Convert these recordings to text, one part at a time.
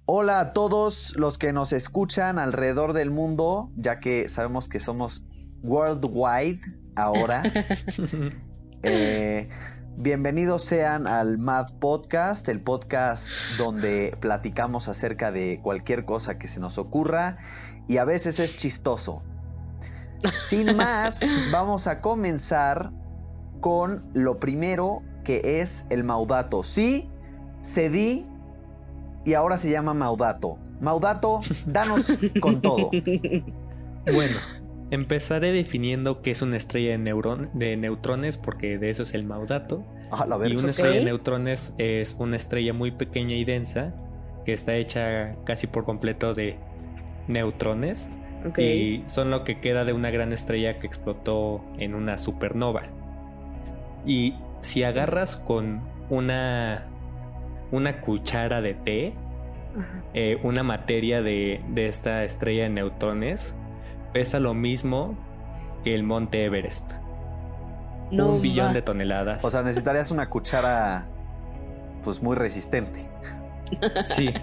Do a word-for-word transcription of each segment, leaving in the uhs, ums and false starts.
Hola a todos los que nos escuchan alrededor del mundo, ya que sabemos que somos worldwide ahora. eh, bienvenidos sean al Mad Podcast, el podcast donde platicamos acerca de cualquier cosa que se nos ocurra y a veces es chistoso. Sin más, vamos a comenzar con lo primero, que es el Maudato. Sí, cedí y ahora se llama Maudato. Maudato, danos con todo. Bueno, empezaré definiendo qué es una estrella de, neuron, de neutrones, porque de eso es el Maudato. Ah, la y una okay. estrella de neutrones es una estrella muy pequeña y densa que está hecha casi por completo de neutrones. Okay. Y son lo que queda de una gran estrella que explotó en una supernova. Y si agarras con una, una cuchara de té, eh, una materia de, de esta estrella de neutrones, pesa lo mismo que el monte Everest. No, un billón ma. de toneladas. O sea, necesitarías una cuchara pues muy resistente. Sí.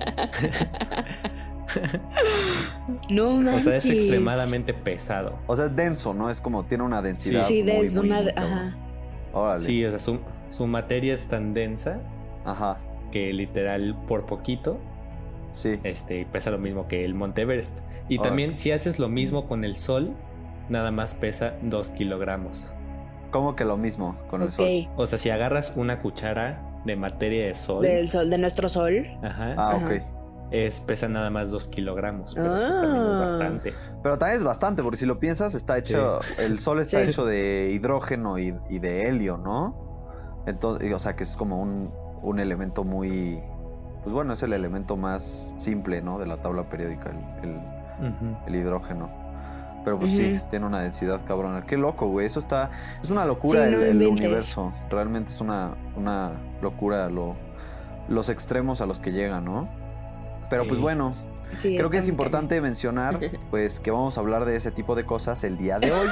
No manches. O sea, es extremadamente pesado. O sea, es denso, ¿no? Es como, tiene una densidad. Sí, muy, denso, muy, una... muy, Ajá. Órale. Sí, o sea, su, su materia es tan densa. Ajá. Que literal, por poquito, sí. este, pesa lo mismo que el Monte Everest. Y órale. También, si haces lo mismo con el Sol, nada más pesa dos kilogramos. ¿Cómo que lo mismo con okay. el Sol? O sea, si agarras una cuchara de materia de Sol. Del Sol, de nuestro Sol. Ajá. Ah, Ajá. ok. Es, pesa nada más dos kilogramos, pero ah. pues también es bastante. Pero también es bastante, porque si lo piensas, está hecho, sí. el Sol está sí. hecho de hidrógeno y, y de helio, ¿no? Entonces, o sea, que es como un, un elemento muy, pues bueno, es el elemento más simple, ¿no? De la tabla periódica, el, el, uh-huh. el hidrógeno. Pero pues uh-huh. sí, tiene una densidad cabrona. Qué loco, güey. Eso está, es una locura sí, no el, el universo. Realmente es una, una locura lo, los extremos a los que llegan, ¿no? Pero pues bueno, sí, creo que es importante bien. mencionar pues que vamos a hablar de ese tipo de cosas el día de hoy.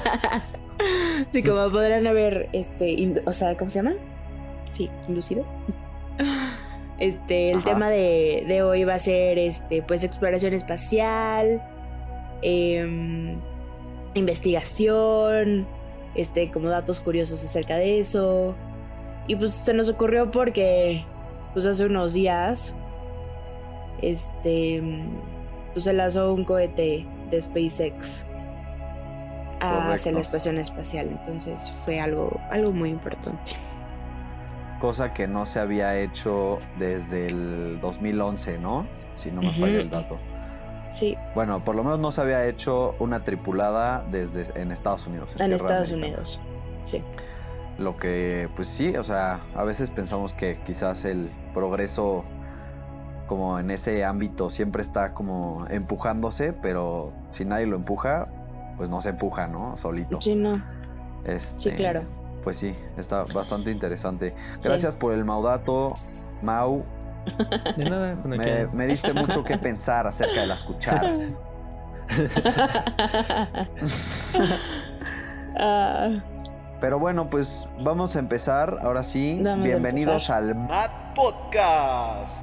Sí, como podrán haber, este, indu- o sea, ¿cómo se llama? Sí, inducido. Este, el Ajá. tema de, de hoy va a ser, este, pues exploración espacial, eh, investigación, este, como datos curiosos acerca de eso. Y pues se nos ocurrió porque, pues hace unos días. Este, pues se lanzó un cohete de SpaceX Correcto. hacia la estación espacial, entonces fue algo, algo muy importante. Cosa que no se había hecho desde el dos mil once, ¿no? Si no me uh-huh. falla el dato. Sí. Bueno, por lo menos no se había hecho una tripulada desde en Estados Unidos. En, en Estados Unidos, sí. Lo que, pues sí, o sea, a veces pensamos que quizás el progreso como en ese ámbito siempre está como empujándose, pero si nadie lo empuja, pues no se empuja, ¿no? Solito. Sí, no. Este, sí, claro. Pues sí, está bastante interesante. Gracias sí. por el Maudato, Mau. De nada. Me, me diste mucho que pensar acerca de las cucharas. uh... Pero bueno, pues vamos a empezar. Ahora sí, Vamos bienvenidos al Mad Podcast.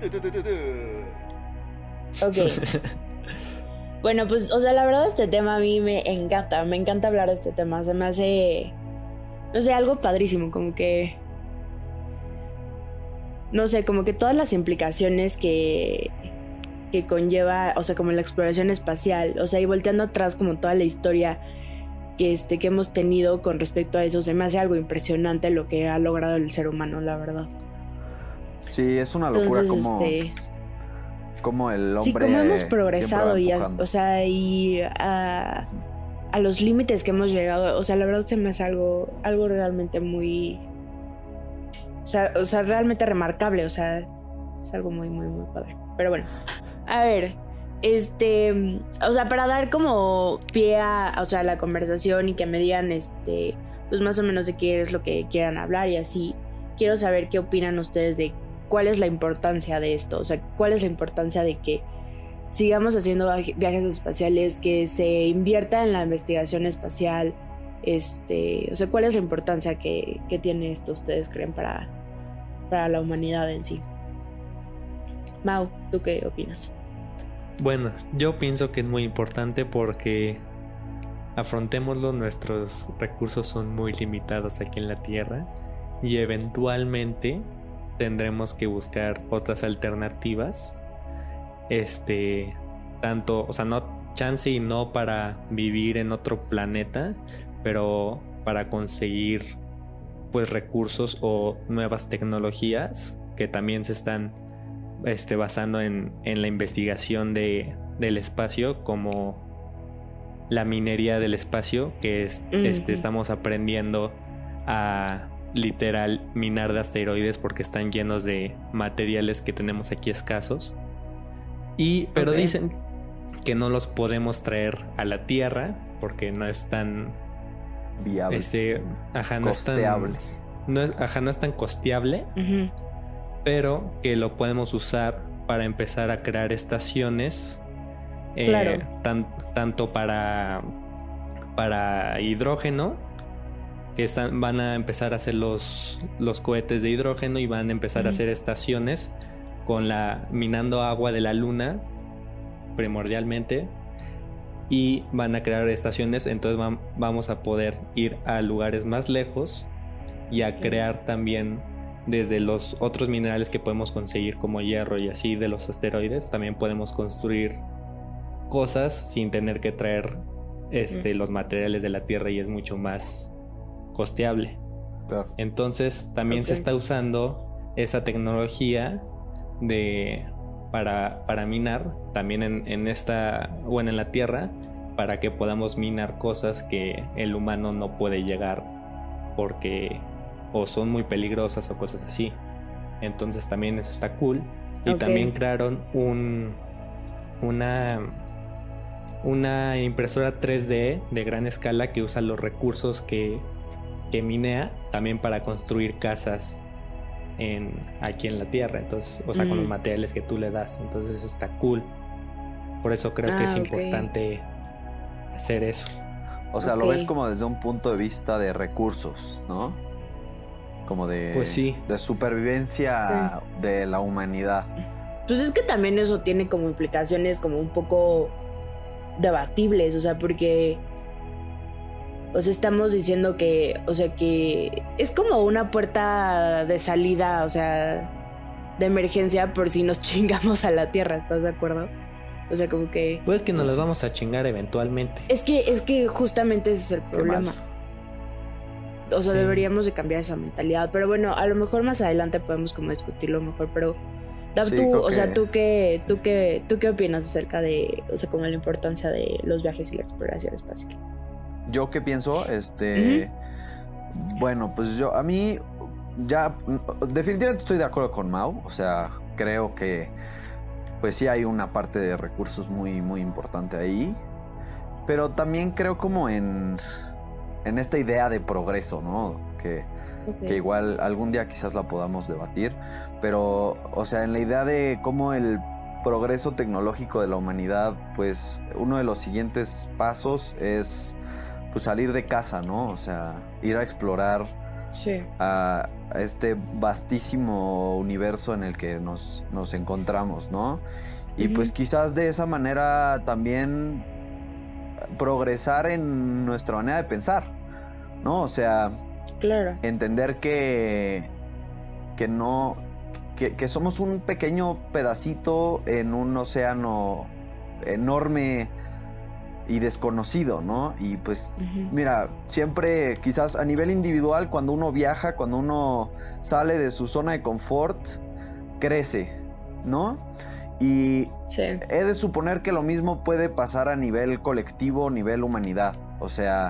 Ok. Bueno, pues, o sea, la verdad este tema a mí me encanta. Me encanta hablar de este tema. Se me hace, no sé, algo padrísimo. Como que, no sé, como que todas las implicaciones que, que conlleva, o sea, como la exploración espacial. O sea, y volteando atrás como toda la historia que este que hemos tenido con respecto a eso, se me hace algo impresionante lo que ha logrado el ser humano, la verdad. Sí, es una locura. Entonces, como, este, como el hombre. Sí, como hemos progresado y, o sea, y a, a los límites que hemos llegado, o sea, la verdad se me hace algo, algo realmente muy, o sea, o sea, realmente remarcable, o sea, es algo muy, muy, muy padre. Pero bueno, a ver. Este, o sea, para dar como pie a, o sea, la conversación y que me digan, este, pues más o menos de qué es lo que quieran hablar y así, quiero saber qué opinan ustedes de cuál es la importancia de esto, o sea, cuál es la importancia de que sigamos haciendo viajes espaciales, que se invierta en la investigación espacial, este, o sea, cuál es la importancia que, que tiene esto, ustedes creen, para, para la humanidad en sí. Mau, ¿tú qué opinas? Bueno, yo pienso que es muy importante porque, afrontémoslo, nuestros recursos son muy limitados aquí en la Tierra y eventualmente tendremos que buscar otras alternativas. Este, tanto, o sea, no chance y no para vivir en otro planeta, pero para conseguir pues recursos o nuevas tecnologías que también se están este, basando en, en la investigación de, del espacio, como la minería del espacio, que es, uh-huh. este, estamos aprendiendo a literal minar de asteroides porque están llenos de materiales que tenemos aquí escasos. Y, pero okay. dicen que no los podemos traer a la Tierra porque no es tan viable, este, ajá, no costeable. Es tan, no es, ajá, no es tan costeable, uh-huh. pero que lo podemos usar para empezar a crear estaciones, eh, claro. tan, tanto para, para hidrógeno, que están, van a empezar a hacer los, los cohetes de hidrógeno y van a empezar uh-huh. a hacer estaciones con la minando agua de la luna primordialmente, y van a crear estaciones, entonces van, vamos a poder ir a lugares más lejos y a crear también desde los otros minerales que podemos conseguir como hierro y así de los asteroides, también podemos construir cosas sin tener que traer este, los materiales de la Tierra y es mucho más costeable. Claro. Entonces también okay. se está usando esa tecnología de para, para minar también en, en esta, bueno, en la Tierra, para que podamos minar cosas que el humano no puede llegar porque o son muy peligrosas o cosas así. Entonces también eso está cool. Y okay. también crearon un una una impresora tres D de gran escala que usa los recursos que, que minea también para construir casas en, aquí en la Tierra. Entonces, o sea, mm. con los materiales que tú le das. Entonces eso está cool. Por eso creo ah, que es okay. importante hacer eso. O sea, okay. lo ves como desde un punto de vista de recursos, ¿no? Como de, pues sí. de supervivencia sí. de la humanidad. Pues es que también eso tiene como implicaciones como un poco debatibles, o sea, porque o sea, estamos diciendo que, o sea, que es como una puerta de salida, o sea, de emergencia por si nos chingamos a la Tierra, ¿estás de acuerdo? O sea, como que... Pues que nos las vamos a chingar eventualmente. Es que, es que justamente ese es el problema. O sea, sí. deberíamos de cambiar esa mentalidad. Pero bueno, a lo mejor más adelante podemos como discutirlo mejor. Pero Dab, sí, tú, o que... sea, ¿tú qué, tú qué, tú qué opinas acerca de, o sea, como la importancia de los viajes y la exploración espacial? Yo qué pienso, este, uh-huh. bueno, pues yo, a mí, ya, definitivamente estoy de acuerdo con Mau. O sea, creo que pues sí hay una parte de recursos muy, muy importante ahí. Pero también creo como en, en esta idea de progreso, ¿no? Que, okay. que igual algún día quizás la podamos debatir. Pero, o sea, en la idea de cómo el progreso tecnológico de la humanidad, pues uno de los siguientes pasos es pues salir de casa, ¿no? O sea, ir a explorar sí. a, a este vastísimo universo en el que nos, nos encontramos, ¿no? Y uh-huh. pues quizás de esa manera también progresar en nuestra manera de pensar, ¿no? O sea, claro. entender que, que no, que, que somos un pequeño pedacito en un océano enorme y desconocido, ¿no? Y pues, uh-huh. mira, siempre quizás a nivel individual, cuando uno viaja, cuando uno sale de su zona de confort, crece, ¿no? Y sí. he de suponer que lo mismo puede pasar a nivel colectivo, nivel humanidad. O sea,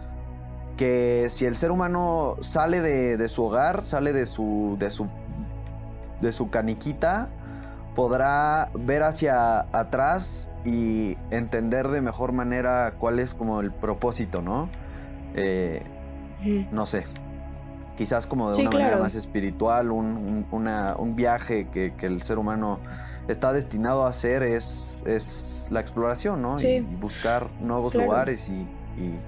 que si el ser humano sale de, de su hogar, sale de su, de su, de su caniquita, podrá ver hacia atrás y entender de mejor manera cuál es como el propósito, ¿no? Eh, mm. No sé, quizás como de sí, una claro. manera más espiritual, un, un, una, un viaje que, que el ser humano está destinado a hacer es, es la exploración, ¿no? Sí. Y, y buscar nuevos claro. lugares y, y,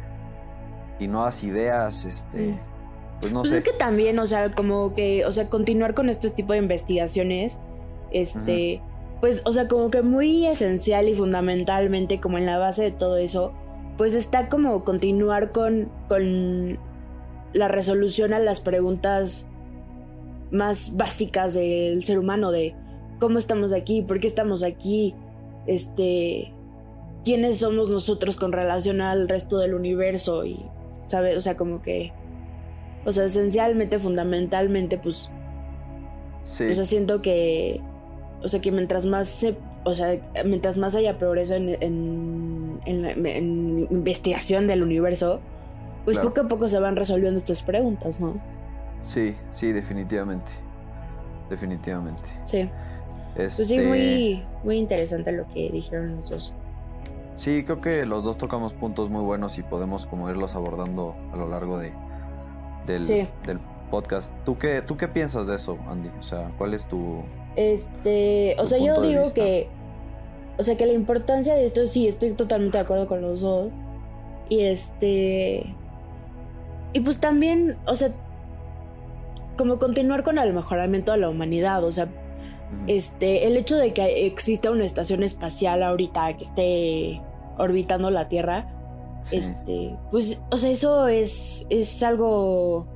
y nuevas ideas, este... Mm. Pues no pues sé. Es que también, o sea, como que, o sea, continuar con este tipo de investigaciones... este, uh-huh. pues, o sea, como que muy esencial y fundamentalmente como en la base de todo eso, pues está como continuar con, con la resolución a las preguntas más básicas del ser humano, de cómo estamos aquí, por qué estamos aquí, este, quiénes somos nosotros con relación al resto del universo y, ¿sabes? O sea, como que, o sea, esencialmente, fundamentalmente, pues, sí. O sea, siento que, o sea, que mientras más se, o sea, mientras más haya progreso en, en, en, en investigación del universo, pues claro. poco a poco se van resolviendo estas preguntas, ¿no? Sí, sí, definitivamente. Definitivamente. Sí. Este... Pues sí, muy, muy interesante lo que dijeron los dos. Sí, creo que los dos tocamos puntos muy buenos y podemos como irlos abordando a lo largo de del, sí. del podcast. ¿Tú qué, ¿Tú qué piensas de eso, Andy? O sea, ¿cuál es tu Este, tu o sea, yo digo que o sea, que la importancia de esto, sí, estoy totalmente de acuerdo con los dos. Y este y pues también, o sea, como continuar con el mejoramiento de la humanidad, o sea, Este, el hecho de que exista una estación espacial ahorita que esté orbitando la Tierra, sí. este, pues, o sea, eso es, es algo,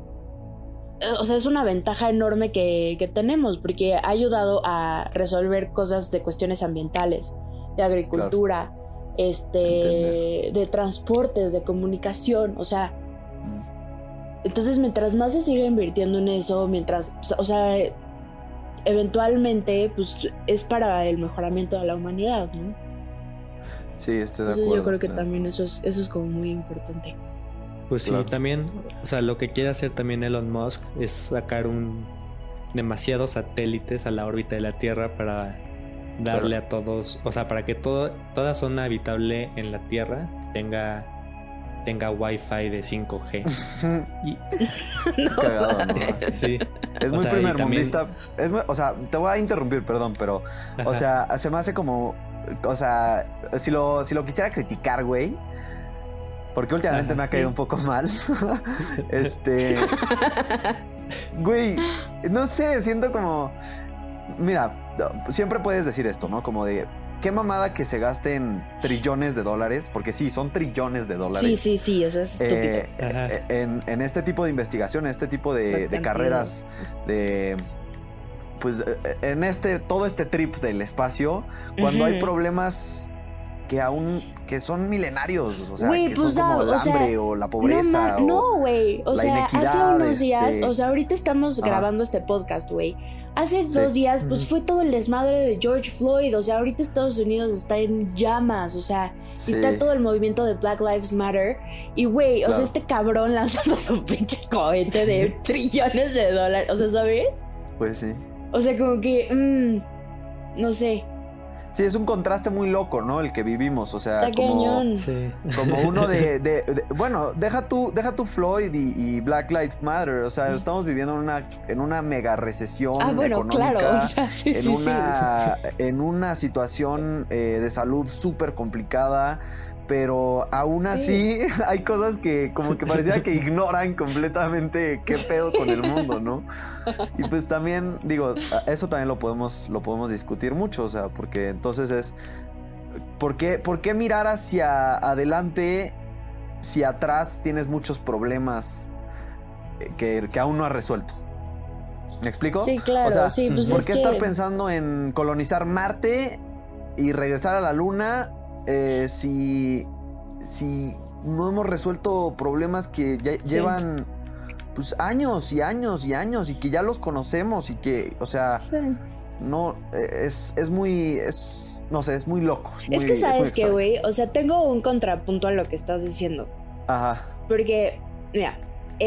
o sea, es una ventaja enorme que, que tenemos, porque ha ayudado a resolver cosas de cuestiones ambientales, de agricultura, claro. este, Entender. de transportes, de comunicación, o sea, mm. entonces mientras más se siga invirtiendo en eso, mientras, o sea, eventualmente, pues, es para el mejoramiento de la humanidad, ¿no? Sí, estoy de Entonces, acuerdo. Yo creo que también eso es, eso es como muy importante. Pues sí, claro. También, o sea, lo que quiere hacer también Elon Musk es sacar un demasiados satélites a la órbita de la Tierra para darle claro. a todos, o sea, para que todo, toda zona habitable en la Tierra tenga tenga wifi de cinco G. y... no, cagado, ¿no? Sí. Es muy primermundista. También... Es muy, o sea, te voy a interrumpir, perdón, pero, Ajá. o sea, se me hace como, o sea, si lo, si lo quisiera criticar, güey, porque últimamente Ajá. me ha caído un poco mal. este, güey, no sé, siento como, mira, siempre puedes decir esto, ¿no? Como de, qué mamada que se gasten trillones de dólares, porque sí, son trillones de dólares. Sí, sí, sí, o sea, es estúpido. Eh, en, en este tipo de investigación, en este tipo de, de carreras, de... Pues en este, todo este trip del espacio, cuando uh-huh. hay problemas que aún, que son milenarios, o sea, wey, que pues son como el o hambre sea, o la pobreza no, güey, o, o sea, la inequidad. Hace unos días, este... o sea, ahorita estamos Ajá. grabando este podcast, güey. Hace sí. dos días, pues fue todo el desmadre de George Floyd, o sea, ahorita Estados Unidos está en llamas, o sea, sí. está todo el movimiento de Black Lives Matter, y güey, claro. o sea, este cabrón lanzando su pinche cohete de trillones de dólares, o sea, ¿sabes? Pues sí. O sea, como que, mmm, no sé. Sí, es un contraste muy loco, ¿no? El que vivimos, o sea, está como, sí. como uno de, de, de, bueno, deja tu, deja tu Floyd y, y Black Lives Matter, o sea, estamos viviendo en una, en una mega recesión ah, bueno, económica, claro, o sea, sí, en sí, una, sí. en una situación eh, de salud súper complicada. Pero aún así sí. hay cosas que como que parecía que ignoran completamente qué pedo con el mundo, ¿no? Y pues también, digo, eso también lo podemos, lo podemos discutir mucho, o sea, porque entonces es, ¿por qué, por qué mirar hacia adelante si atrás tienes muchos problemas que, que aún no has resuelto? ¿Me explico? Sí, claro, o sea, sí, pues ¿por es qué que... estar pensando en colonizar Marte y regresar a la Luna? Eh, si, si no hemos resuelto problemas que ya sí. llevan pues años y años y años y que ya los conocemos y que, o sea, sí. no, es, es muy, es, no sé, es muy loco. Es, muy, es que sabes que, güey, o sea, tengo un contrapunto a lo que estás diciendo. Ajá. Porque, mira,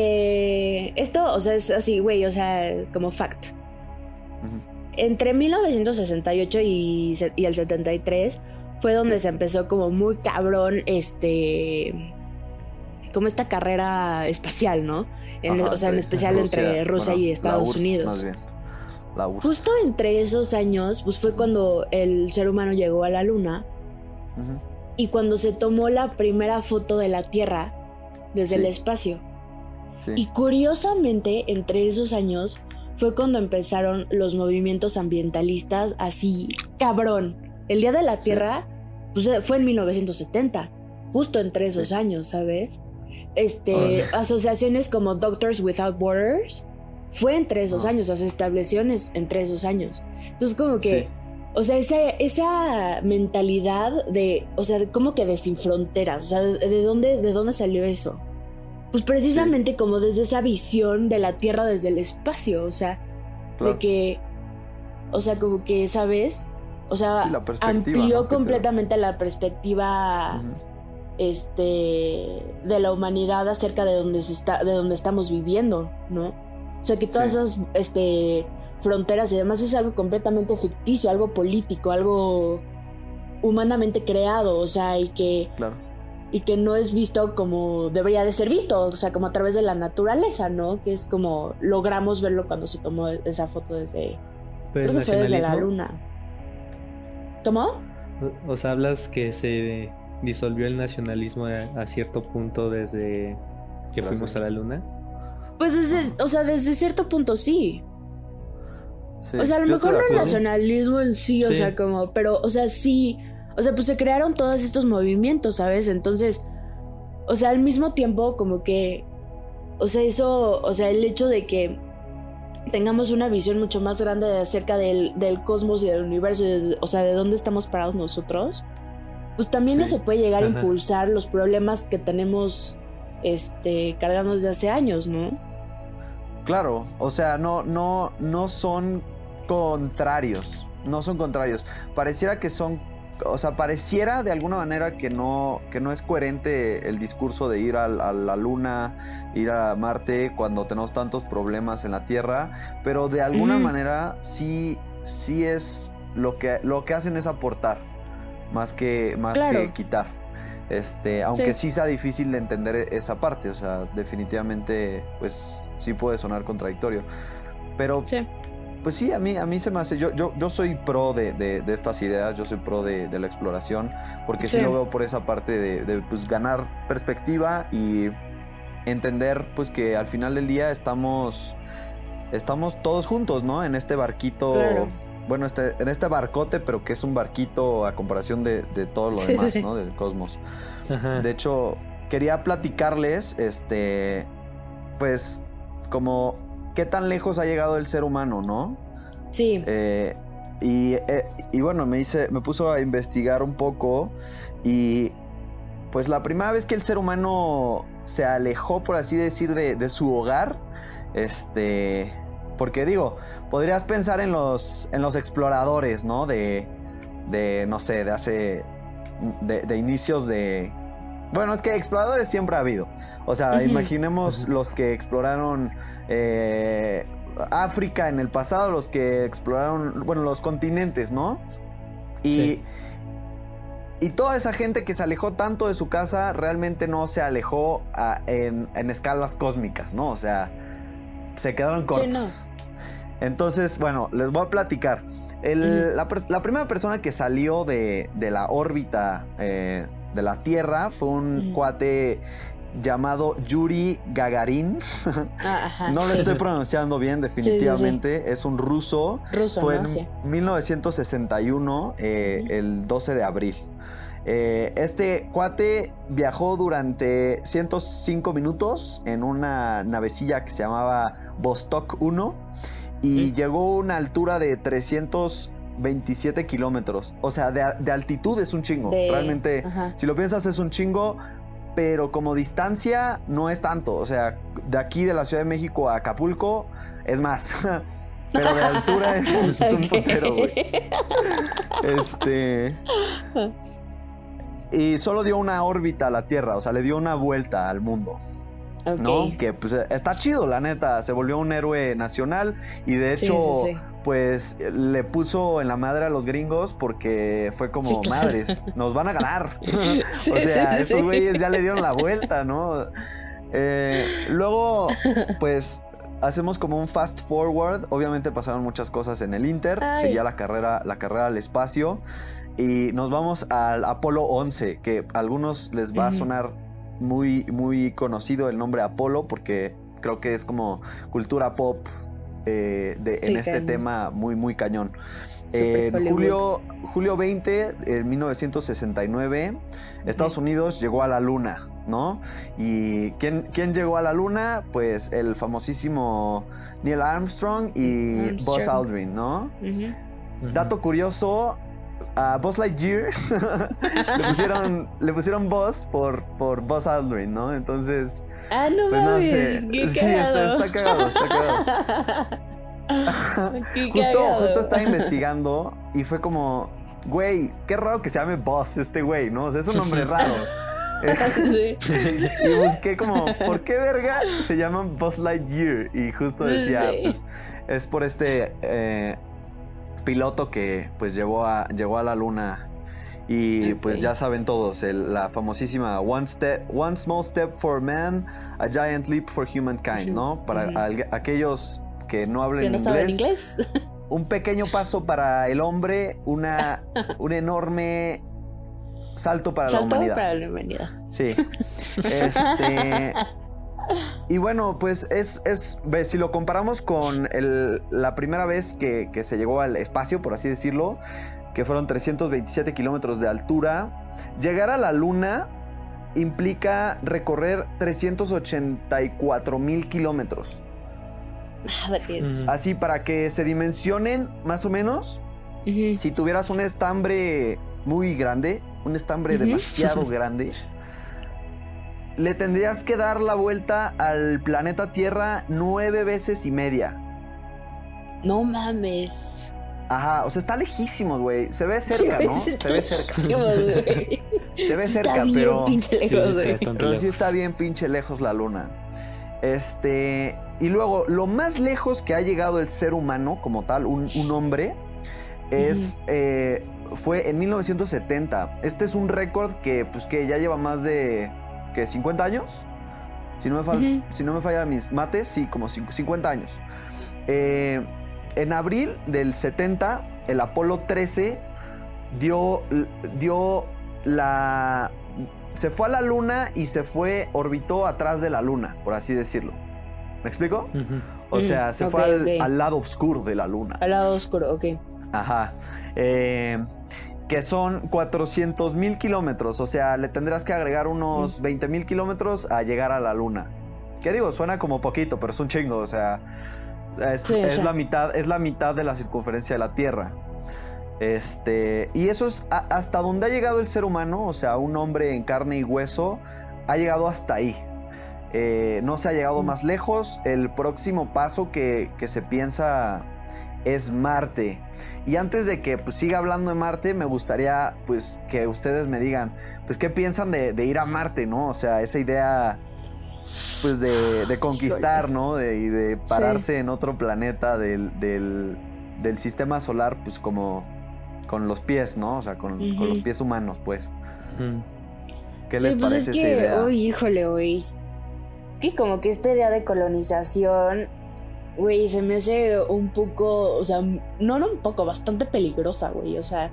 eh, esto, o sea, es así, güey, o sea, como fact. Uh-huh. Entre mil novecientos sesenta y ocho y, y el setenta y tres fue donde sí. se empezó como muy cabrón, este, como esta carrera espacial, ¿no? En, Ajá, o sea, en especial Rusia, entre Rusia bueno, y Estados U R S S, Unidos. Más bien. La U R S S. Justo entre esos años, pues fue cuando el ser humano llegó a la Luna uh-huh. y cuando se tomó la primera foto de la Tierra desde sí. el espacio. Sí. Y curiosamente, entre esos años fue cuando empezaron los movimientos ambientalistas así, cabrón. El Día de la Tierra, sí. pues, fue en mil novecientos setenta, justo entre esos sí. años, ¿sabes? Este, oh. Asociaciones como Doctors Without Borders fue entre esos oh. años, las establecciones entre esos años. Entonces como que, sí. o sea, esa, esa mentalidad de, o sea, como que de sin fronteras, o sea, ¿de, de dónde, de dónde salió eso? Pues precisamente sí. como desde esa visión de la Tierra desde el espacio, o sea, claro. de que, o sea, como que, ¿sabes? O sea, amplió ¿no? completamente la perspectiva uh-huh. este, de la humanidad acerca de donde se está, de donde estamos viviendo, ¿no? O sea, que todas sí. esas este, fronteras y demás es algo completamente ficticio, algo político, algo humanamente creado, o sea, y que, claro. y que no es visto como debería de ser visto, o sea, como a través de la naturaleza, ¿no? Que es como logramos verlo cuando se tomó esa foto desde, creo que fue desde la luna. ¿Cómo? O sea, hablas que se disolvió el nacionalismo a, a cierto punto desde que fuimos a la luna. Pues desde, o sea, desde cierto punto sí. sí. O sea, a lo Yo mejor no el nacionalismo en sí, sí, o sea, como, pero, o sea, sí, o sea, pues se crearon todos estos movimientos, ¿sabes? Entonces, o sea, al mismo tiempo como que, o sea, eso, o sea, el hecho de que tengamos una visión mucho más grande de acerca del, del cosmos y del universo, y de, o sea, de dónde estamos parados nosotros, pues también sí. eso puede llegar Ajá. a impulsar los problemas que tenemos este, cargando desde hace años, ¿no? Claro, o sea, no, no, no son contrarios, no son contrarios. Pareciera que son, o sea, pareciera de alguna manera que no, que no es coherente el discurso de ir a, a la luna, ir a Marte cuando tenemos tantos problemas en la Tierra, pero de alguna uh-huh. manera sí, sí es lo que, lo que hacen es aportar, más que, más claro. que quitar. Este, aunque sí. sí sea difícil de entender esa parte, o sea, definitivamente, pues sí puede sonar contradictorio, pero sí. pues sí, a mí, a mí se me hace, yo, yo, yo soy pro de, de, de estas ideas, yo soy pro de, de la exploración, porque sí. sí lo veo por esa parte de, de pues ganar perspectiva y entender pues que al final del día estamos, estamos todos juntos, ¿no? En este barquito. Claro. Bueno, este, en este barcote, pero que es un barquito a comparación de, de todo lo sí, demás, sí. ¿no? Del cosmos. Ajá. De hecho, quería platicarles, este, pues, como qué tan lejos ha llegado el ser humano, ¿no? Sí. Eh, y, eh, y bueno, me hice, me puso a investigar un poco y, pues, la primera vez que el ser humano se alejó, por así decir, de, de su hogar, este... Porque digo, podrías pensar en los en los exploradores, ¿no? De, de no sé, de hace... De, de inicios de... Bueno, es que exploradores siempre ha habido. O sea, uh-huh. imaginemos uh-huh. los que exploraron eh, África en el pasado, los que exploraron, bueno, los continentes, ¿no? Y, sí. y toda esa gente que se alejó tanto de su casa realmente no se alejó a, en, en escalas cósmicas, ¿no? O sea, se quedaron cortos. Sí, no. Entonces, bueno, les voy a platicar. El, mm. la, la primera persona que salió de, de la órbita eh, de la Tierra fue un mm. cuate llamado Yuri Gagarin. Ah, ajá. No lo estoy pronunciando bien, definitivamente. Sí, sí, sí. Es un ruso. Ruso, Fue ¿no? en Sí. mil novecientos sesenta y uno, eh, mm. el doce de abril. Eh, este cuate viajó durante ciento cinco minutos en una navecilla que se llamaba Vostok uno. Y ¿Mm? llegó a una altura de trescientos veintisiete kilómetros. O sea, de, de altitud es un chingo. De... Realmente, ajá. si lo piensas, es un chingo. Pero como distancia, no es tanto. O sea, de aquí de la Ciudad de México a Acapulco, es más. Pero de altura es, es un okay. putero, güey. Este... Y solo dio una órbita a la Tierra. O sea, le dio una vuelta al mundo. Okay. ¿No? Que pues está chido, la neta. Se volvió un héroe nacional. Y de hecho, sí, sí, sí. pues le puso en la madre a los gringos porque fue como, sí, claro. madres, nos van a ganar. sí, o sea, sí, estos güeyes sí. ya le dieron la vuelta, ¿no? Eh, luego, pues hacemos como un fast forward. Obviamente pasaron muchas cosas en el Inter. Ay. Seguía la carrera, la carrera al espacio. Y nos vamos al Apolo once, que a algunos les va uh-huh. a sonar muy, muy conocido el nombre Apolo, porque creo que es como cultura pop eh, de, sí, en este cañón. tema muy, muy cañón. Eh, en julio, julio veinte de mil novecientos sesenta y nueve, uh-huh. Estados Unidos llegó a la luna, ¿no? ¿Y quién, quién llegó a la luna? Pues el famosísimo Neil Armstrong y Armstrong. Buzz Aldrin, ¿no? Uh-huh. Uh-huh. Dato curioso, a Buzz Lightyear le pusieron le pusieron Buzz por, por Buzz Aldrin, ¿no? Entonces... Ah, no pues, mames, no sé. qué Sí, cagado. Está, está cagado, está cagado. justo, justo estaba investigando y fue como, güey, qué raro que se llame Buzz este güey, ¿no? O sea, es un nombre raro. Sí. Y busqué como, ¿por qué verga se llaman Buzz Lightyear? Y justo decía, sí. pues, es por este eh, piloto que pues llevó a, llegó a la luna. Y okay. pues ya saben todos, el, la famosísima one, step, one small step for man, a giant leap for humankind, ¿no? Para uh-huh. al, aquellos que no hablen ¿Que no inglés, saben inglés? Un pequeño paso para el hombre, una, un enorme salto para salto la humanidad. para la humanidad. Sí. Este... Y bueno, pues es, es ves, si lo comparamos con el, la primera vez que, que se llegó al espacio, por así decirlo, que fueron trescientos veintisiete kilómetros de altura, llegar a la luna implica recorrer trescientos ochenta y cuatro mil kilómetros. Madres. Así, para que se dimensionen más o menos, uh-huh. si tuvieras un estambre muy grande, un estambre uh-huh. demasiado grande, le tendrías que dar la vuelta al planeta Tierra nueve veces y media. No mames. Ajá, o sea, está lejísimos, güey. Se ve cerca, ¿no? Se ve cerca. Se ve cerca, está bien pero... pinche lejos, sí, está pero sí está bien pinche lejos la luna. Este... Y luego, lo más lejos que ha llegado el ser humano como tal, un, un hombre, es... Uh-huh. Eh, fue en mil novecientos setenta. Este es un récord que, pues, que ya lleva más de... ¿Qué? ¿cincuenta años? Si no me, fal- uh-huh. si no me fallan mis mates, sí, como cincuenta años. Eh... En abril del setenta, el Apolo trece dio, dio la... Se fue a la luna y se fue, orbitó atrás de la luna, por así decirlo. ¿Me explico? Uh-huh. O sea, se okay, fue al, okay. al lado oscuro de la luna. Al lado oscuro, ok. Ajá. Eh, que son cuatrocientos mil kilómetros, o sea, le tendrás que agregar unos uh-huh. veinte mil kilómetros a llegar a la luna. ¿Qué digo? Suena como poquito, pero es un chingo, o sea... Es, sí, es, la mitad, es la mitad de la circunferencia de la Tierra. Este, y eso es a, hasta donde ha llegado el ser humano, o sea, un hombre en carne y hueso, ha llegado hasta ahí. Eh, no se ha llegado mm. más lejos. El próximo paso que, que se piensa es Marte. Y antes de que pues, siga hablando de Marte, me gustaría pues que ustedes me digan, pues qué piensan de, de ir a Marte, ¿no? O sea, esa idea... pues de, de conquistar, ¿no? De, y de pararse sí. en otro planeta del, del, del sistema solar, pues como con los pies, ¿no? O sea, con, uh-huh. con los pies humanos, pues. Uh-huh. ¿Qué sí, les pues parece es que, esa idea? Uy, híjole, güey. Es que como que esta idea de colonización, güey, se me hace un poco, o sea, no, no un poco, bastante peligrosa, güey. O sea,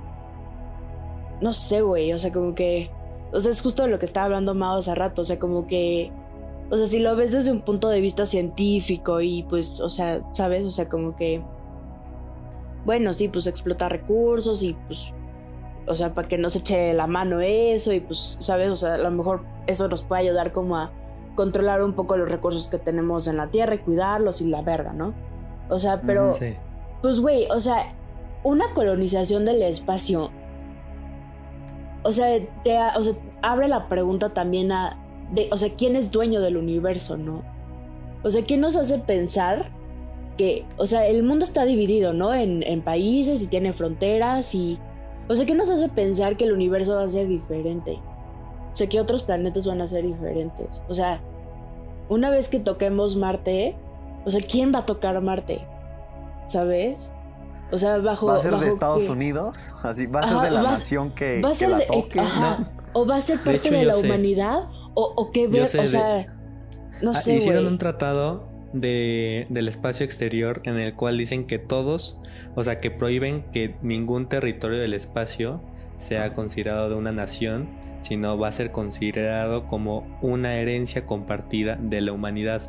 no sé, güey, o sea, como que... O sea, es justo de lo que estaba hablando Mao hace rato, o sea, como que... O sea, si lo ves desde un punto de vista científico y pues, o sea, ¿sabes? O sea, como que... Bueno, sí, pues explotar recursos y pues... O sea, para que no se eche la mano eso y pues, ¿sabes? O sea, a lo mejor eso nos puede ayudar como a controlar un poco los recursos que tenemos en la Tierra y cuidarlos y la verga, ¿no? O sea, pero... Sí. Pues, güey, o sea, una colonización del espacio... O sea, te, o sea, abre la pregunta también a... De, o sea, ¿quién es dueño del universo, no? O sea, ¿quién nos hace pensar que... O sea, el mundo está dividido, ¿no? En, en países y tiene fronteras y... O sea, ¿qué nos hace pensar que el universo va a ser diferente? O sea, que otros planetas van a ser diferentes. O sea, una vez que toquemos Marte... O sea, ¿quién va a tocar Marte? ¿Sabes? O sea, bajo... ¿Va a ser bajo de Estados que... Unidos? Así, ¿va a ser Ajá, de la va, nación que, va a que ser la de, toque? Ajá, ¿no? ¿O va a ser parte de, hecho, de la sé. humanidad? ¿O, o qué ver? O sea, de... no ah, sé, hicieron wey. un tratado de, del espacio exterior en el cual dicen que todos, o sea, que prohíben que ningún territorio del espacio sea considerado de una nación, sino va a ser considerado como una herencia compartida de la humanidad.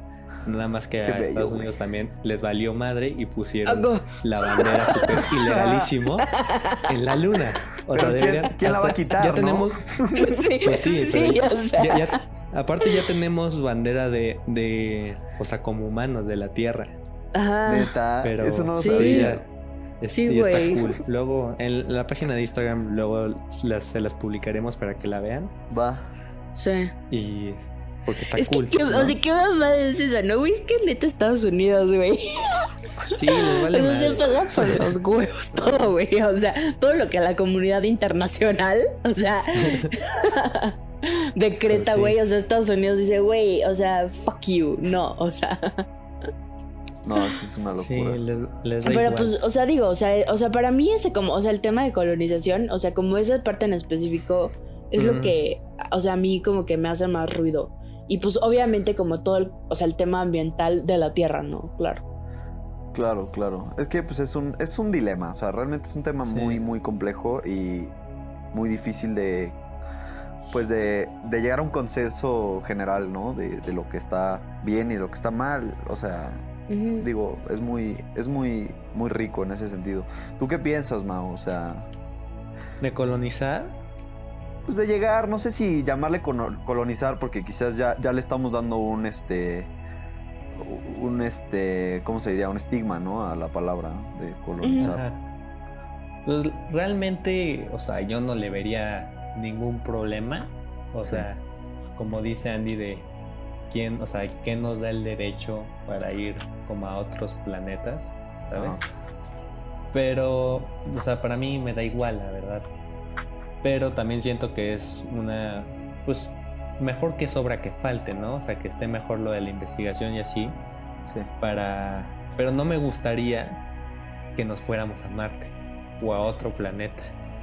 Nada más que Qué a bello, Estados Unidos wey. También les valió madre y pusieron oh, la bandera súper ilegalísimo en la luna. O sea, ¿quién, deberían, ¿quién la va a quitar? Ya ¿no? tenemos. Sí, pues sí, sí pero o sea. ya, ya, aparte ya tenemos bandera de, de, o sea, como humanos de la Tierra. Ajá. Neta, pero eso no lo sí. sabía. Es, sí, y está güey. cool. Luego en la página de Instagram luego las, se las publicaremos para que la vean. Va. Sí. Y porque está es cool. Que, ¿no? O sea, qué mamada es esa, ¿no, güey? Es que neta Estados Unidos, güey. Sí, les vale o sea, madre. se pasa por los huevos todo, güey. O sea, todo lo que la comunidad internacional, o sea, decreta, güey. Pues sí. O sea, Estados Unidos dice, güey, o sea, fuck you. No, o sea. No, eso es una locura. Sí, les, les da Pero igual. pues, o sea, digo, o sea, o sea, para mí ese como, o sea, el tema de colonización, o sea, como esa parte en específico es mm. lo que, o sea, a mí como que me hace más ruido. Y pues obviamente como todo el, o sea, el tema ambiental de la tierra, ¿no? Claro. Claro, claro. Es que pues es un, es un dilema, o sea, realmente es un tema sí. muy, muy complejo y muy difícil de, pues de, de llegar a un consenso general, ¿no? De, de lo que está bien y lo que está mal, o sea... Uh-huh. Digo, es muy, es muy, muy rico en ese sentido. ¿Tú qué piensas, Mao? O sea, ¿de colonizar? Pues de llegar, no sé si llamarle colonizar, porque quizás ya, ya le estamos dando un este, un este, ¿cómo se diría? Un estigma, ¿no? A la palabra de colonizar. Uh-huh. Pues realmente, o sea, yo no le vería ningún problema. O sí. sea, como dice Andy de ¿quién, o sea, qué nos da el derecho para ir como a otros planetas, ¿sabes? Uh-huh. Pero, o sea, para mí me da igual, la verdad. Pero también siento que es una, pues, mejor que sobra que falte, ¿no? O sea, que esté mejor lo de la investigación y así. Sí. Para, pero no me gustaría que nos fuéramos a Marte o a otro planeta.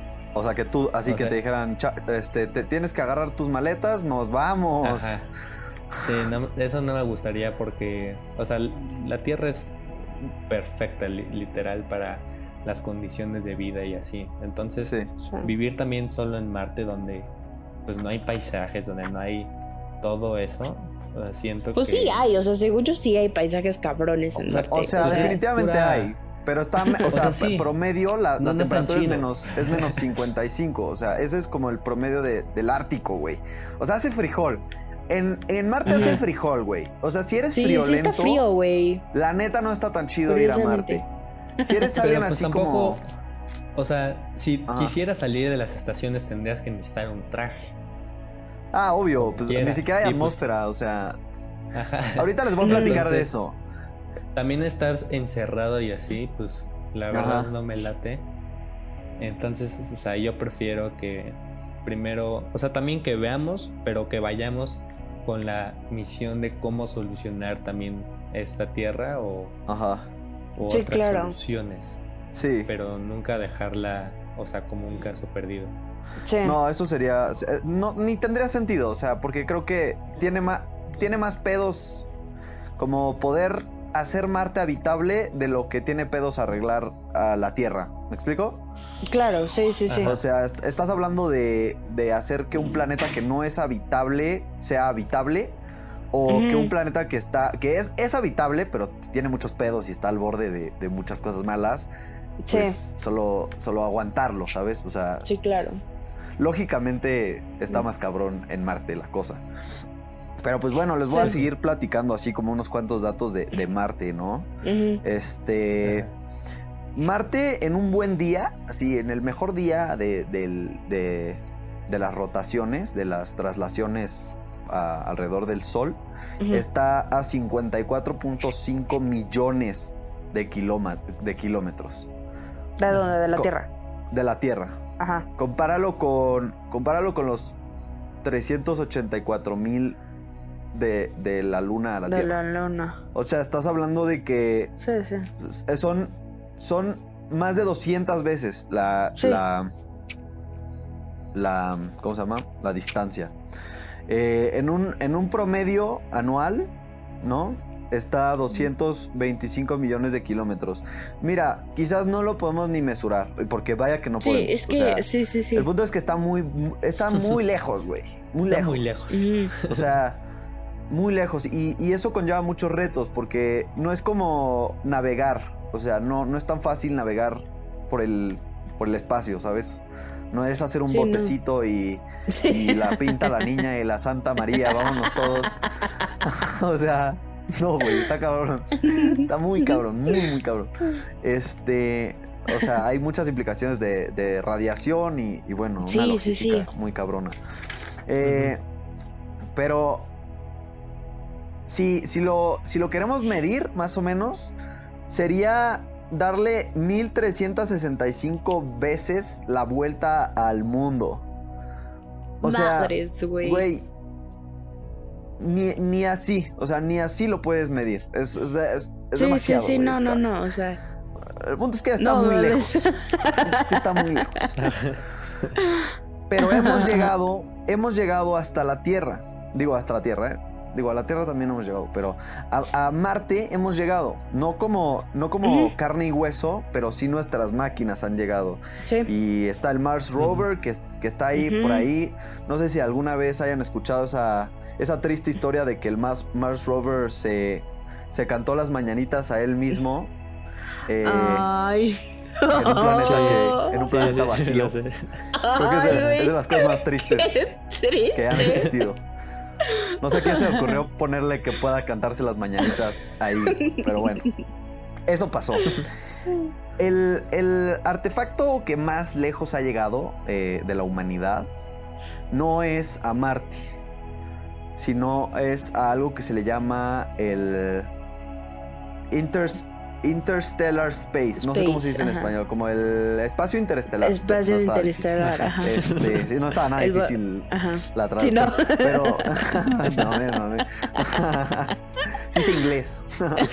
O sea, que tú, así o que sea, te dijeran, este, te tienes que agarrar tus maletas, nos vamos. Ajá. Sí, no, eso no me gustaría porque, o sea, la Tierra es perfecta, li- literal, para las condiciones de vida y así. Entonces, sí. vivir también solo en Marte, donde pues no hay paisajes, donde no hay todo eso, o sea, siento pues que... sí hay, o sea, según yo sí hay paisajes cabrones en o sea, Marte. O sea, o sea definitivamente pura... hay. Pero está, o, o sea, sea sí. promedio, la, la temperatura es menos, es menos cincuenta y cinco. O sea, ese es como el promedio de, del Ártico, güey. O sea, hace frijol. En, en Marte hace frijol, güey. O sea, si eres sí, friolento... Sí, está frío, güey. La neta no está tan chido ir a Marte. Si eres alguien pues así tampoco, como... O sea, si Ajá. quisieras salir de las estaciones tendrías que necesitar un traje. Ah, obvio. Pues ni siquiera hay y atmósfera, pues... o sea... Ajá. Ahorita les voy a platicar Entonces, de eso. También estar encerrado y así, pues la verdad Ajá. no me late. Entonces, o sea, yo prefiero que primero... O sea, también que veamos, pero que vayamos con la misión de cómo solucionar también esta tierra o, Ajá. o sí, otras claro. soluciones. Sí. Pero nunca dejarla, o sea, como un caso perdido. Sí. No, eso sería... No, ni tendría sentido, o sea, porque creo que tiene más, tiene más pedos como poder hacer Marte habitable de lo que tiene pedos arreglar a la Tierra. ¿Me explico? Claro, sí, sí, sí. O sea, estás hablando de, de hacer que un planeta que no es habitable sea habitable, o uh-huh. que un planeta que está que es, es habitable, pero tiene muchos pedos y está al borde de, de muchas cosas malas, sí. pues solo, solo aguantarlo, ¿sabes? O sea, sí, claro. Lógicamente está más cabrón en Marte la cosa. Pero pues bueno, les voy sí. a seguir platicando así como unos cuantos datos de, de Marte, ¿no? Uh-huh. Este... Marte en un buen día, así en el mejor día de, de, de, de las rotaciones, de las traslaciones a, alrededor del Sol, uh-huh. está a cincuenta y cuatro punto cinco millones de, kilómet- de kilómetros. ¿De dónde? ¿De la Co- Tierra? De la Tierra. Ajá. Compáralo con, compáralo con los trescientos ochenta y cuatro mil de, de la Luna a la de Tierra. De la Luna. O sea, estás hablando de que... Sí, sí. Son, son más de doscientas veces la... Sí. la la ¿cómo se llama? La distancia. Eh, en, un, en un promedio anual, ¿no? Está a doscientos veinticinco millones de kilómetros. Mira, quizás no lo podemos ni mesurar, porque vaya que no sí, podemos. Sí, es que, o sea, sí, sí, sí. El punto es que está muy, está muy lejos, güey. Muy está lejos. muy lejos. O sea, muy lejos. Y, y eso conlleva muchos retos, porque no es como navegar. O sea, no, no es tan fácil navegar por el, por el espacio, ¿sabes? No es hacer un sí, botecito no. y, sí. y la pinta la niña y la Santa María, vámonos todos. O sea, no, güey, está cabrón. Está muy cabrón, muy, muy cabrón. Este, o sea, hay muchas implicaciones de, de radiación y, y bueno, sí, una logística sí, sí. muy cabrona. Eh, uh-huh. Pero si, si, lo, si lo queremos medir, más o menos, sería darle mil trescientas sesenta y cinco veces la vuelta al mundo. O Madres, sea, güey. Ni, ni así, o sea, ni así lo puedes medir. Es, es, es, es sí, demasiado. Sí, sí, sí, no, está. no, no, o sea. El punto es que está no, muy no, lejos. Es que está muy lejos. Pero hemos llegado, hemos llegado hasta la Tierra. Digo, hasta la Tierra, ¿eh? Digo, a la Tierra también hemos llegado, pero a, a Marte hemos llegado. No como, no como uh-huh. carne y hueso, pero sí nuestras máquinas han llegado. Sí. Y está el Mars Rover, uh-huh. que, que está ahí, uh-huh. por ahí. No sé si alguna vez hayan escuchado esa, esa triste historia de que el Mars, Mars Rover se, se cantó las mañanitas a él mismo. Eh, Ay. En un planeta, que, en un planeta sí, sí, vacío. Sí, Creo que es de, es de las cosas más tristes que han existido. No sé a quién se le ocurrió ponerle que pueda cantarse las mañanitas ahí, pero bueno, eso pasó. El, el artefacto que más lejos ha llegado eh, de la humanidad no es a Marte, sino es a algo que se le llama el Inters Interstellar Space. Space, no sé cómo se dice en ajá. español, como el espacio interestelar. Espacio no interestelar, difícil. Ajá. Este, sí, no estaba nada el difícil ajá. la traducción. Sí, no. Pero, no, no, no. Sí es inglés.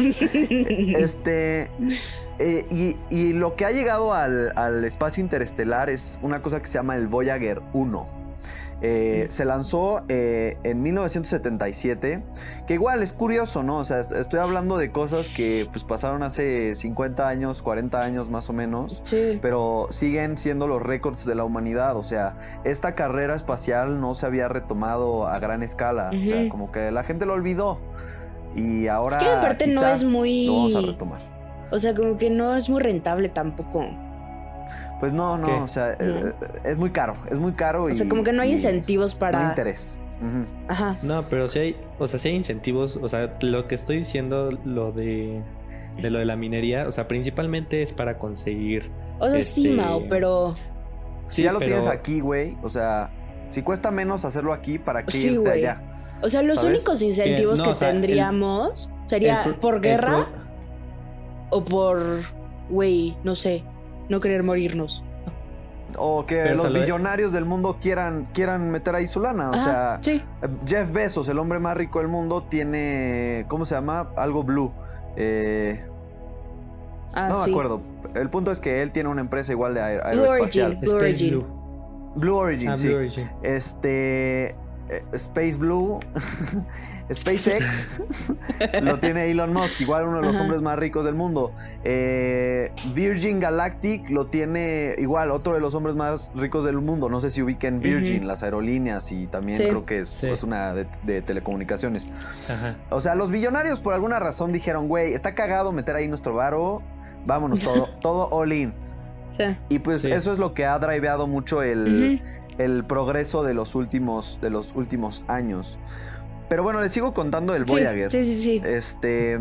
Este, eh, y, y lo que ha llegado al, al espacio interestelar es una cosa que se llama el Voyager uno. Eh, se lanzó eh, en mil novecientos setenta y siete, que igual es curioso, ¿no? O sea, estoy hablando de cosas que pues pasaron hace cincuenta años, cuarenta años más o menos, sí. pero siguen siendo los récords de la humanidad. O sea, esta carrera espacial no se había retomado a gran escala, uh-huh. o sea, como que la gente lo olvidó y ahora es que aparte no es muy... lo vamos a retomar. O sea, como que no es muy rentable tampoco. Pues no, no, ¿Qué? o sea, no. Es, es muy caro, es muy caro y... O sea, como que no hay incentivos para... No hay interés. Uh-huh. Ajá. No, pero sí hay, o sea, sí hay incentivos, o sea, lo que estoy diciendo, lo de, de lo de la minería, o sea, principalmente es para conseguir... O sea, este... sí, Mao, pero... Si sí, ya lo pero... tienes aquí, güey, o sea, si cuesta menos hacerlo aquí, ¿para qué sí, irte güey. allá? O sea, los ¿sabes? únicos incentivos que, no, que o sea, tendríamos el, sería el, por guerra pro... o por, güey, no sé, no querer morirnos. O que Pero los billonarios del mundo quieran, quieran meter ahí su lana. Ajá, o sea, sí. Jeff Bezos, el hombre más rico del mundo, tiene... ¿Cómo se llama? Algo Blue. Eh, ah, no sí. me acuerdo. El punto es que él tiene una empresa igual de aer aeroespacial. Blue Origin. Blue Space Origin. Blue. Blue Origin, ah, sí. Blue Origin. Este... Eh, Space Blue... SpaceX lo tiene Elon Musk, igual uno de los Ajá. hombres más ricos del mundo. eh, Virgin Galactic lo tiene igual otro de los hombres más ricos del mundo. No sé si ubiquen Virgin, uh-huh. las aerolíneas, y también sí. creo que es, sí. es una de, de telecomunicaciones. Ajá. O sea, los billonarios por alguna razón dijeron, güey, está cagado meter ahí nuestro varo, vámonos todo, todo all in. Sí. Y pues sí. eso es lo que ha driveado mucho el, uh-huh. el progreso de los últimos, de los últimos años. Pero bueno, les sigo contando del Voyager. Sí, sí, sí, sí. Este...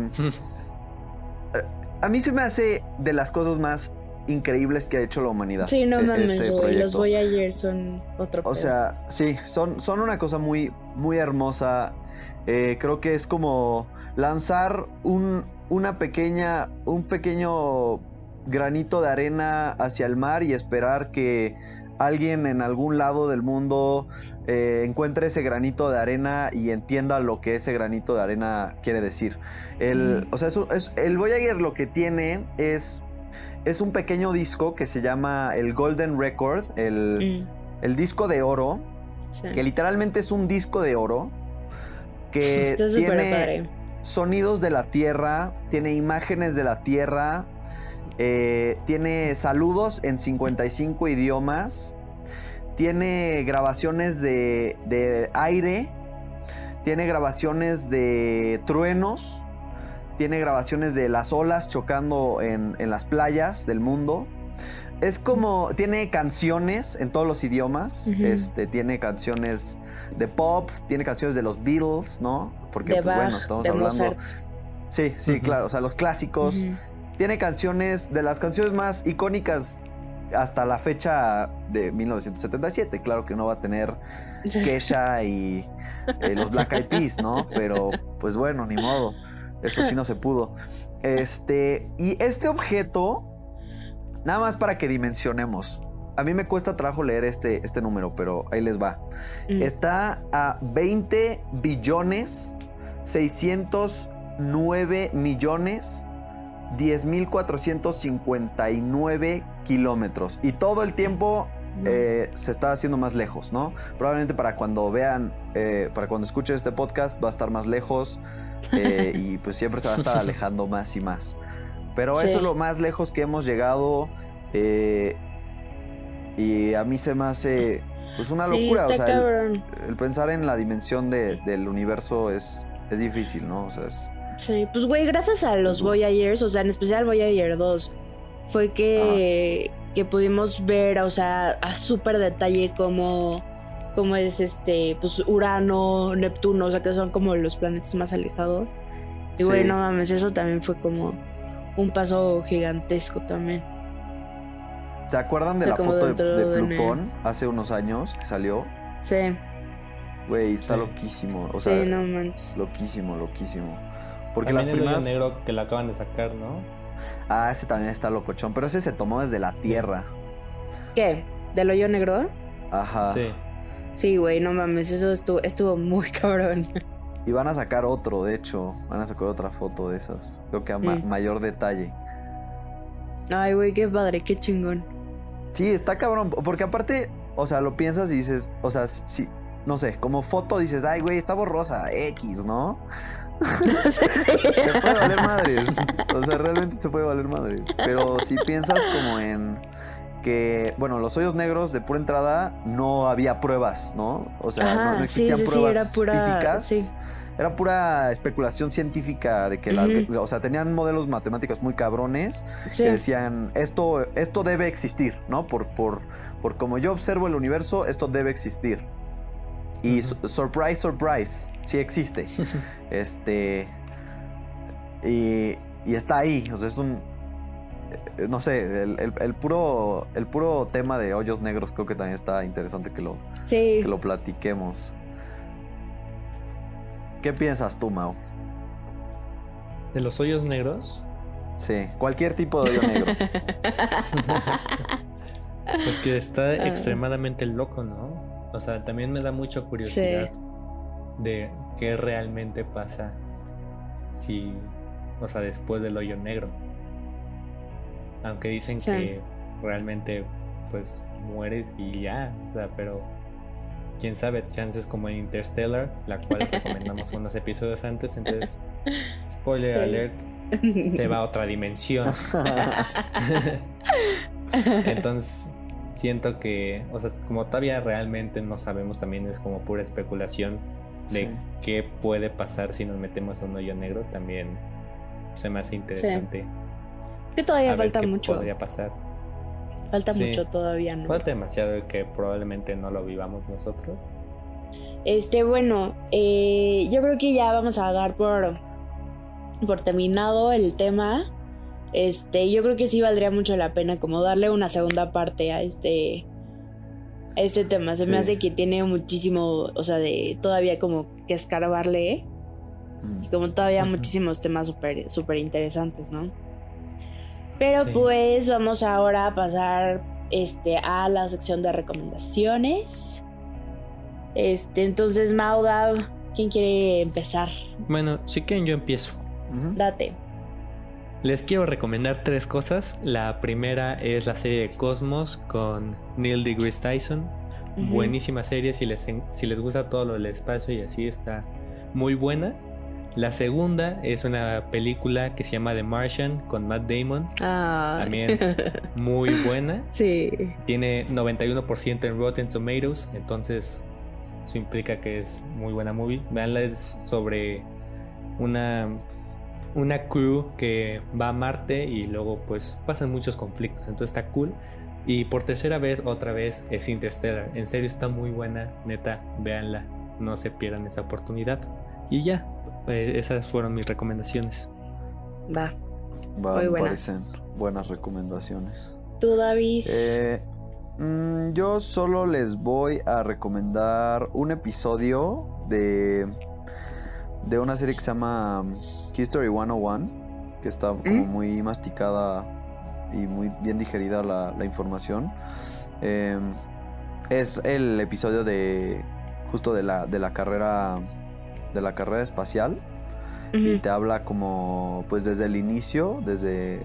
a mí se me hace de las cosas más increíbles que ha hecho la humanidad. Sí, no mames, este güey. Los Voyager son otro pedo. O sea, sí, son, son una cosa muy, muy hermosa. Eh, creo que es como lanzar un, una pequeña, un pequeño granito de arena hacia el mar y esperar que alguien en algún lado del mundo... Eh, encuentre ese granito de arena y entienda lo que ese granito de arena quiere decir. El, mm. O sea, es, es, el Voyager lo que tiene es, es un pequeño disco que se llama el Golden Record, el, mm. el disco de oro, sí. que literalmente es un disco de oro que Está tiene sonidos de la Tierra, tiene imágenes de la Tierra, eh, tiene saludos en cincuenta y cinco idiomas. Tiene grabaciones de, de aire, tiene grabaciones de truenos, tiene grabaciones de las olas chocando en, en las playas del mundo. Es como, tiene canciones en todos los idiomas, uh-huh. este, tiene canciones de pop, tiene canciones de los Beatles, ¿no? Porque, de pues Bach, bueno, estamos de hablando... Mozart. Sí, sí, uh-huh. claro, o sea, los clásicos. Uh-huh. Tiene canciones, de las canciones más icónicas hasta la fecha de mil novecientos setenta y siete. Claro que no va a tener Kesha y eh, los Black Eyed Peas, ¿no? Pero, pues bueno, ni modo. Eso sí no se pudo. Este, y este objeto... Nada más para que dimensionemos. A mí me cuesta trabajo leer este, este número, pero ahí les va. Mm. Está a veinte billones, seiscientos nueve millones, diez mil cuatrocientos cincuenta y nueve kilómetros. Y todo el tiempo mm. eh, se está haciendo más lejos, ¿no? Probablemente para cuando vean, eh, para cuando escuchen este podcast va a estar más lejos eh, y pues siempre se va a estar alejando más y más. Pero sí. Eso es lo más lejos que hemos llegado eh, y a mí se me hace pues una sí, locura. O sea, el, el pensar en la dimensión de, del universo es, es difícil, ¿no? O sea, es... Sí, pues güey, gracias a los Voyagers, o sea, en especial Voyager dos, fue que, ah. que pudimos ver, o sea, a súper detalle cómo, cómo es este, pues Urano, Neptuno, o sea, que son como los planetas más alejados. Y güey, sí. no mames, eso también fue como... un paso gigantesco también. ¿Se acuerdan de o sea, la foto de, de Plutón de hace unos años que salió? Sí. Güey, está sí. loquísimo. O sea, sí, no manches. Loquísimo, loquísimo. Porque también las primeras... el hoyo negro que lo acaban de sacar, ¿no? Ah, ese también está locochón. Pero ese se tomó desde la Tierra. ¿Qué? ¿Del hoyo negro? Ajá. Sí. Sí, güey, no mames, eso estuvo, estuvo muy cabrón. Y van a sacar otro, de hecho. Van a sacar otra foto de esas. Creo que a ma- mm. mayor detalle. Ay, güey, qué padre, qué chingón. Sí, está cabrón. Porque aparte, o sea, lo piensas y dices, o sea, sí, no sé, como foto dices, ay, güey, está borrosa, X, ¿no? Te puede valer madres. O sea, realmente te puede valer madres. Pero si piensas como en que, bueno, los hoyos negros de pura entrada no había pruebas, ¿no? O sea, Ajá, no, no existían sí, sí, pruebas sí, era pura, físicas. Sí. Era pura especulación científica de que uh-huh. las, o sea, tenían modelos matemáticos muy cabrones sí. que decían esto, esto debe existir, ¿no? Por, por, por como yo observo el universo, esto debe existir. Y uh-huh. surprise, surprise, sí existe. este y, y está ahí, o sea, es un no sé, el, el, el puro el puro tema de hoyos negros creo que también está interesante que lo, sí. que lo platiquemos. ¿Qué piensas tú, Mau? ¿De los hoyos negros? Sí, cualquier tipo de hoyo negro. Pues que está ah. extremadamente loco, ¿no? O sea, también me da mucha curiosidad sí. de qué realmente pasa si, o sea, después del hoyo negro. Aunque dicen sí. que realmente, pues, mueres y ya, o sea, pero... quién sabe, chances como en Interstellar, la cual recomendamos unos episodios antes, entonces spoiler sí. alert, se va a otra dimensión. Entonces siento que, o sea, como todavía realmente no sabemos, también es como pura especulación de sí. qué puede pasar si nos metemos a un hoyo negro, también se me hace interesante. Sí. Que todavía a falta ver qué mucho. podría pasar. Falta sí. mucho todavía, ¿no? Falta demasiado que probablemente no lo vivamos nosotros. Este, bueno, eh, yo creo que ya vamos a dar por, por terminado el tema. Este, yo creo que sí valdría mucho la pena como darle una segunda parte a este, a este tema. Se sí. me hace que tiene muchísimo, o sea, de todavía como que escarbarle, ¿eh? Mm. Y como todavía uh-huh. muchísimos temas súper súper interesantes, ¿no? Pero sí. pues vamos ahora a pasar este, a la sección de recomendaciones. Este, entonces, Mauda, ¿quién quiere empezar? Bueno, si quieren yo empiezo. Uh-huh. Date. Les quiero recomendar tres cosas. La primera es la serie de Cosmos con Neil deGrasse Tyson. Uh-huh. Buenísima serie, si les, si les gusta todo lo del espacio y así, está muy buena. La segunda es una película que se llama The Martian con Matt Damon. Ay. También muy buena. Sí. Tiene noventa y uno por ciento en Rotten Tomatoes, entonces eso implica que es muy buena movie. Veanla, es sobre una, una crew que va a Marte y luego pues pasan muchos conflictos, entonces está cool. Y por tercera vez, otra vez, es Interstellar. En serio está muy buena, neta, véanla, no se pierdan esa oportunidad. Y ya, eh, esas fueron mis recomendaciones. Va, Va, muy me buenas. parecen buenas recomendaciones. ¿Tú, David? Eh, mmm, yo solo les voy a recomendar un episodio de, de una serie que se llama History ciento uno, que está como ¿Mm? muy masticada y muy bien digerida la, la información. Eh, es el episodio de justo de la, de la carrera de la carrera espacial. Uh-huh. Y te habla como pues desde el inicio, desde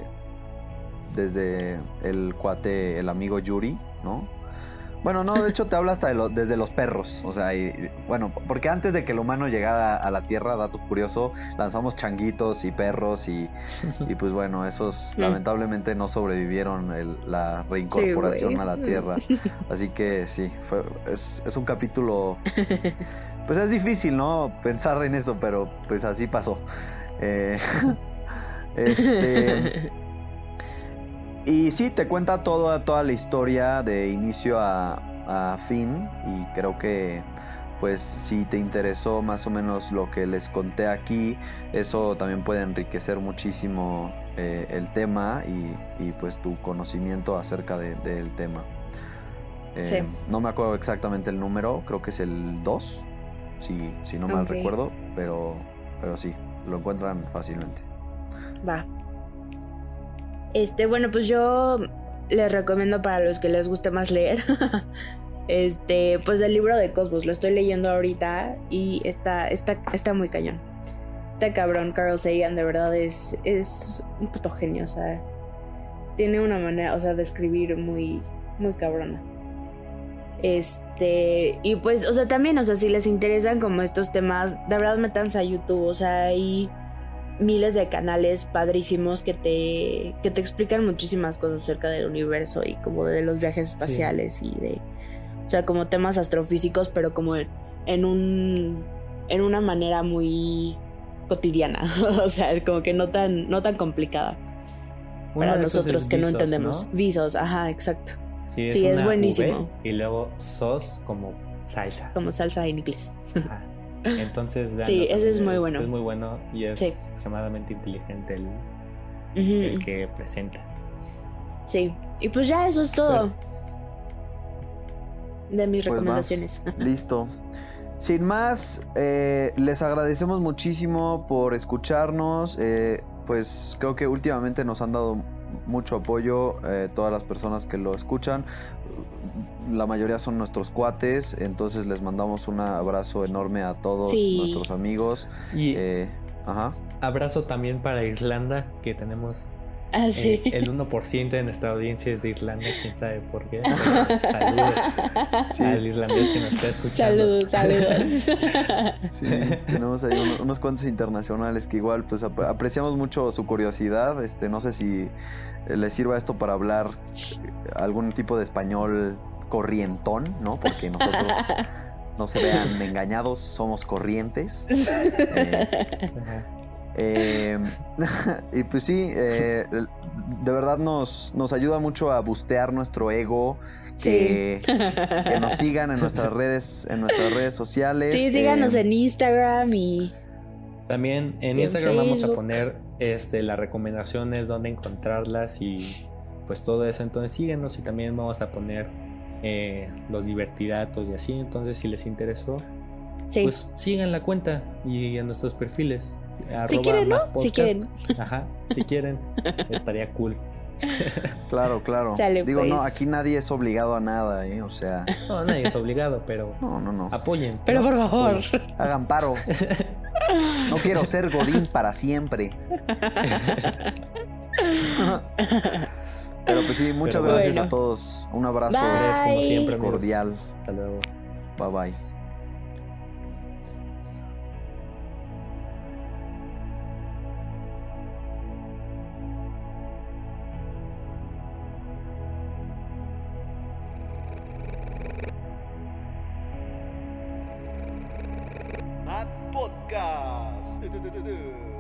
desde el cuate, el amigo Yuri, ¿no? Bueno, no, de hecho te habla hasta de lo, desde los perros, o sea, y, y, bueno, porque antes de que el humano llegara a la Tierra, dato curioso, lanzamos changuitos y perros y, y pues bueno, esos lamentablemente no sobrevivieron el, la reincorporación sí, a la Tierra, así que sí, fue, es, es un capítulo, pues es difícil, ¿no? Pensar en eso, pero pues así pasó. Eh, este... Y sí, te cuenta toda, toda la historia de inicio a, a fin, y creo que pues si te interesó más o menos lo que les conté aquí, eso también puede enriquecer muchísimo eh, el tema y, y pues tu conocimiento acerca de, del tema. Eh, sí. No me acuerdo exactamente el número, creo que es el dos, si, si no mal okay. recuerdo, pero, pero sí, lo encuentran fácilmente. Va. Este, bueno, pues yo les recomiendo para los que les guste más leer, este, pues el libro de Cosmos, lo estoy leyendo ahorita y está, está, está muy cañón. Está cabrón, Carl Sagan, de verdad es, es un puto genio, o sea, tiene una manera, o sea, de escribir muy, muy cabrona. Este, y pues, o sea, también, o sea, si les interesan como estos temas, de verdad métanse a YouTube, o sea, hay miles de canales padrísimos que te que te explican muchísimas cosas acerca del universo y como de los viajes espaciales sí. y de, o sea, como temas astrofísicos, pero como en un en una manera muy cotidiana, o sea, como que no tan no tan complicada Uno para nosotros que Visos, no entendemos. ¿No? Visos, ajá, exacto. Sí, es, sí, una es buenísimo. V y luego sos como salsa. Como salsa en inglés. Ajá. Entonces, veanlo, sí, ese es muy es, bueno. Es muy bueno y es sí. extremadamente inteligente el, uh-huh. el que presenta. Sí, y pues ya eso es todo. Bueno. De mis pues recomendaciones. Va. Listo. Sin más, eh, les agradecemos muchísimo por escucharnos. Eh, pues creo que últimamente nos han dado mucho apoyo eh, todas las personas que lo escuchan. La mayoría son nuestros cuates, entonces les mandamos un abrazo enorme a todos sí. nuestros amigos. Y eh, ajá. abrazo también para Irlanda, que tenemos ah, sí. eh, el uno por ciento de nuestra audiencia es de Irlanda, quién sabe por qué. Pero saludos sí. al irlandés que nos está escuchando. Saludos, saludos. Sí, tenemos ahí unos, unos cuantos internacionales que igual pues ap- apreciamos mucho su curiosidad. Este, no sé si les sirva esto para hablar algún tipo de español corrientón, ¿no? Porque nosotros, no se vean engañados, somos corrientes. Eh, eh, y pues sí, eh, de verdad nos, nos ayuda mucho a bustear nuestro ego. Que, sí. que nos sigan en nuestras redes, en nuestras redes sociales. Sí, síganos eh, en Instagram y también en y Instagram en vamos a poner este, las recomendaciones, dónde encontrarlas y pues todo eso. Entonces síguenos y también vamos a poner eh, los divertidatos y así. Entonces si les interesó, sí. pues sigan la cuenta y en nuestros perfiles. Si quieren, ¿no? Si quieren. Ajá, si quieren, estaría cool. Claro, claro. Sale, Digo, pues. no, aquí nadie es obligado a nada, ¿eh? O sea. No, nadie es obligado, pero. No, no, no. Apoyen. Pero ¿no? por favor. Apoyen. Hagan paro. No quiero ser Godín para siempre. Pero pues sí, muchas pero gracias bueno. a todos. Un abrazo. Bye. Como siempre, cordial. Amigos. Hasta luego. Bye bye. Du, du, du, du, du.